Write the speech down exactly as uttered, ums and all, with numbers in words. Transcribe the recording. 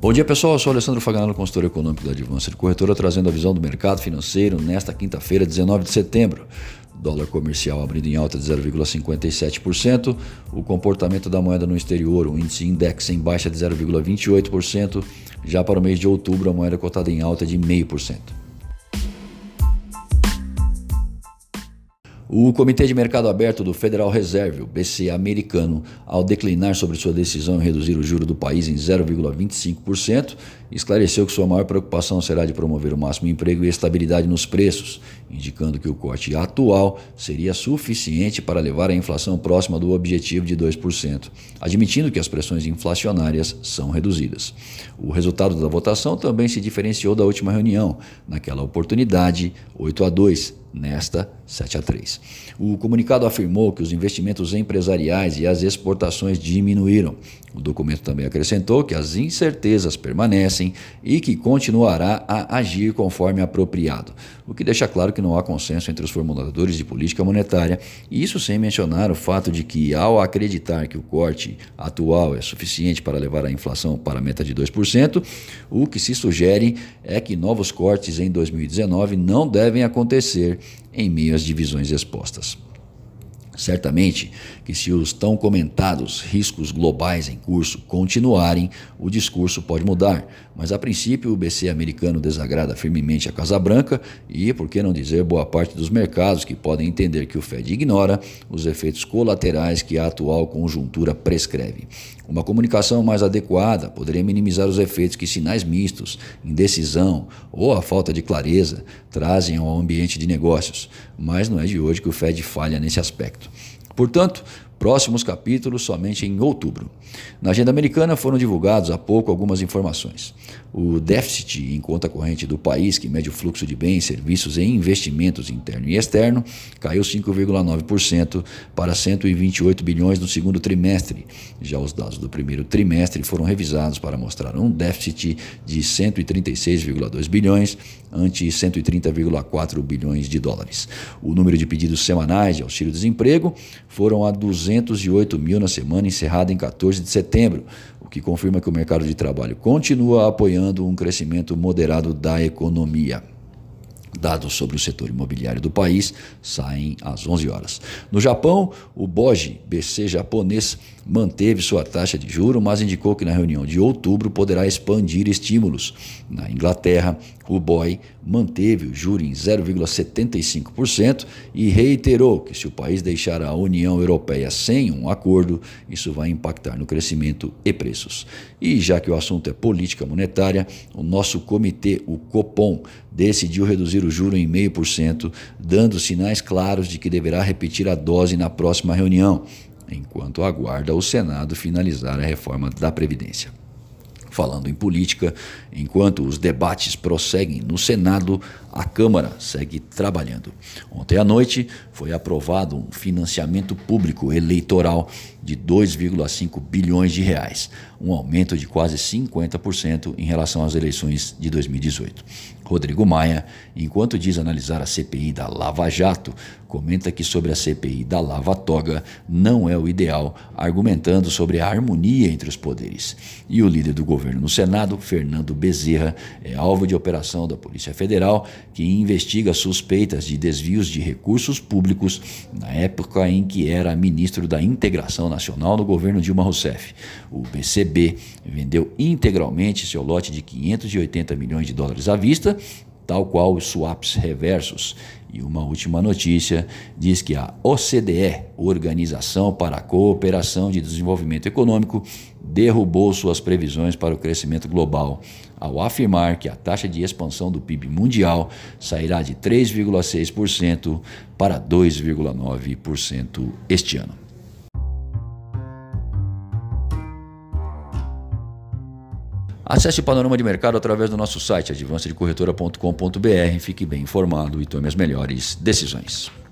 Bom dia, pessoal. Eu sou Alessandro Faganello, consultor econômico da Advancer Corretora, trazendo a visão do mercado financeiro nesta quinta-feira, dezenove de setembro. Dólar comercial abrindo em alta de zero vírgula cinquenta e sete por cento. O comportamento da moeda no exterior, o índice index em baixa de zero vírgula vinte e oito por cento. Já para o mês de outubro, a moeda cotada em alta de zero vírgula cinco por cento. O Comitê de Mercado Aberto do Federal Reserve, o B C americano, ao declinar sobre sua decisão em reduzir o juro do país em zero vírgula vinte e cinco por cento, esclareceu que sua maior preocupação será de promover o máximo emprego e estabilidade nos preços, indicando que o corte atual seria suficiente para levar a inflação próxima do objetivo de dois por cento, admitindo que as pressões inflacionárias são reduzidas. O resultado da votação também se diferenciou da última reunião, naquela oportunidade oito a dois. Nesta, sete a três. O comunicado afirmou que os investimentos empresariais e as exportações diminuíram. O documento também acrescentou que as incertezas permanecem e que continuará a agir conforme apropriado, o que deixa claro que não há consenso entre os formuladores de política monetária, e isso sem mencionar o fato de que, ao acreditar que o corte atual é suficiente para levar a inflação para a meta de dois por cento, o que se sugere é que novos cortes em dois mil e dezenove não devem acontecer em meio às divisões expostas. Certamente que, se os tão comentados riscos globais em curso continuarem, o discurso pode mudar, mas a princípio o B C americano desagrada firmemente a Casa Branca e, por que não dizer, boa parte dos mercados, que podem entender que o Fed ignora os efeitos colaterais que a atual conjuntura prescreve. Uma comunicação mais adequada poderia minimizar os efeitos que sinais mistos, indecisão ou a falta de clareza trazem ao ambiente de negócios, mas não é de hoje que o Fed falha nesse aspecto. Portanto, próximos capítulos somente em outubro. Na agenda americana foram divulgados há pouco algumas informações. O déficit em conta corrente do país, que mede o fluxo de bens, serviços e investimentos interno e externo, caiu cinco vírgula nove por cento para cento e vinte e oito bilhões no segundo trimestre. Já os dados do primeiro trimestre foram revisados para mostrar um déficit de cento e trinta e seis vírgula dois bilhões ante cento e trinta vírgula quatro bilhões de dólares. O número de pedidos semanais de auxílio-desemprego foram a duzentos e oito mil na semana encerrada em quatorze de setembro, o que confirma que o mercado de trabalho continua apoiando um crescimento moderado da economia. Dados sobre o setor imobiliário do país saem às onze horas. No Japão, o B O J, B C japonês, manteve sua taxa de juros, mas indicou que na reunião de outubro poderá expandir estímulos. Na Inglaterra, o B O I manteve o juro em zero vírgula setenta e cinco por cento e reiterou que, se o país deixar a União Europeia sem um acordo, isso vai impactar no crescimento e preços. E já que o assunto é política monetária, o nosso comitê, o Copom, decidiu reduzir o juro em zero vírgula cinco por cento, dando sinais claros de que deverá repetir a dose na próxima reunião, enquanto aguarda o Senado finalizar a reforma da Previdência. Falando em política, enquanto os debates prosseguem no Senado, a Câmara segue trabalhando. Ontem à noite foi aprovado um financiamento público eleitoral de dois vírgula cinco bilhões de reais, um aumento de quase cinquenta por cento em relação às eleições de dois mil e dezoito. Rodrigo Maia, enquanto diz analisar a C P I da Lava Jato, comenta que sobre a C P I da Lava Toga não é o ideal, argumentando sobre a harmonia entre os poderes. E o líder do governo no Senado, Fernando Bezerra, é alvo de operação da Polícia Federal, que investiga suspeitas de desvios de recursos públicos na época em que era ministro da Integração Nacional no governo Dilma Rousseff. O B C B vendeu integralmente seu lote de quinhentos e oitenta milhões de dólares à vista, tal qual os swaps reversos. E uma última notícia diz que a O C D E, Organização para a Cooperação de Desenvolvimento Econômico, derrubou suas previsões para o crescimento global, ao afirmar que a taxa de expansão do P I B mundial sairá de três vírgula seis por cento para dois vírgula nove por cento este ano. Acesse o Panorama de Mercado através do nosso site advancer corretora ponto com ponto br, fique bem informado e tome as melhores decisões.